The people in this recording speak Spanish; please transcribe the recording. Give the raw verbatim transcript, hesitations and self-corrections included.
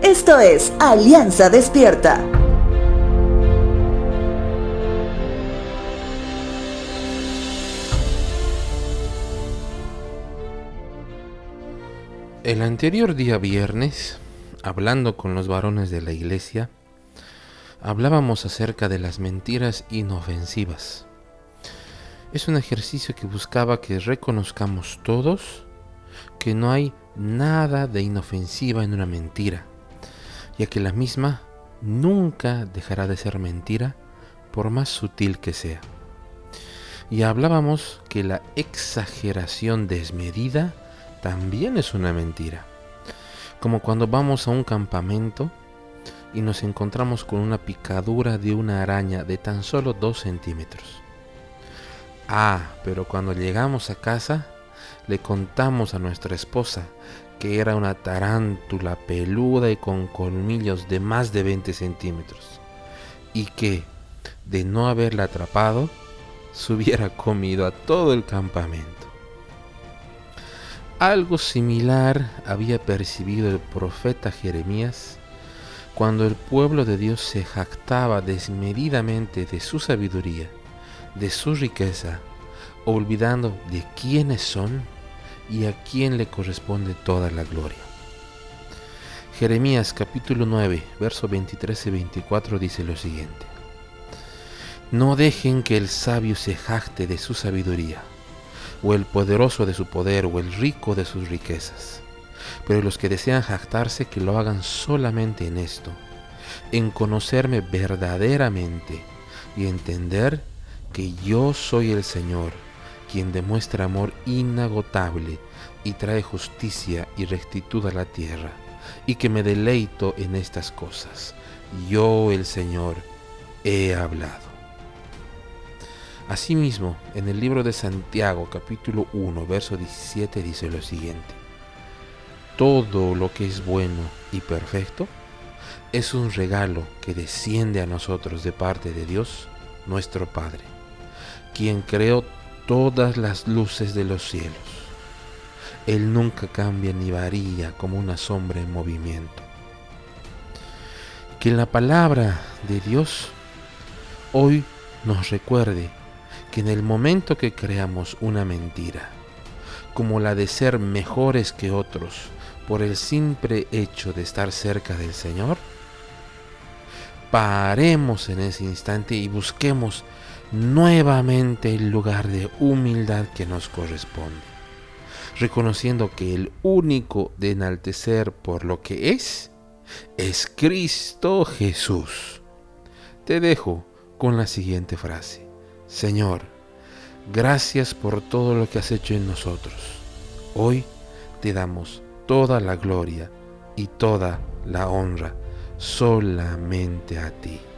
Esto es Alianza Despierta. El anterior día viernes, hablando con los varones de la iglesia, hablábamos acerca de las mentiras inofensivas. Es un ejercicio que buscaba que reconozcamos todos que no hay nada de inofensiva en una mentira, ya que la misma nunca dejará de ser mentira por más sutil que sea. Y hablábamos que la exageración desmedida también es una mentira, como cuando vamos a un campamento y nos encontramos con una picadura de una araña de tan solo dos centímetros. Ah, pero cuando llegamos a casa le contamos a nuestra esposa que era una tarántula peluda y con colmillos de más de veinte centímetros y que, de no haberla atrapado, se hubiera comido a todo el campamento. Algo similar había percibido el profeta Jeremías cuando el pueblo de Dios se jactaba desmedidamente de su sabiduría, de su riqueza, olvidando de quiénes son y a quién le corresponde toda la gloria. Jeremías capítulo nueve, versos veintitrés y veinticuatro dice lo siguiente: No dejen que el sabio se jacte de su sabiduría, o el poderoso de su poder, o el rico de sus riquezas. Pero los que desean jactarse, que lo hagan solamente en esto, en conocerme verdaderamente y entender que yo soy el Señor, quien demuestra amor inagotable y trae justicia y rectitud a la tierra, y que me deleito en estas cosas. Yo, el Señor, he hablado. Asimismo, en el libro de Santiago, capítulo uno, verso diecisiete, dice lo siguiente: Todo lo que es bueno y perfecto es un regalo que desciende a nosotros de parte de Dios, nuestro Padre, quien creó todas las luces de los cielos. Él nunca cambia ni varía como una sombra en movimiento. Que la palabra de Dios hoy nos recuerde que en el momento que creamos una mentira, como la de ser mejores que otros por el simple hecho de estar cerca del Señor, paremos en ese instante y busquemos nuevamente el lugar de humildad que nos corresponde, reconociendo que el único de enaltecer por lo que es, es Cristo Jesús. Te dejo con la siguiente frase: Señor, gracias por todo lo que has hecho en nosotros. Hoy te damos toda la gloria y toda la honra solamente a ti.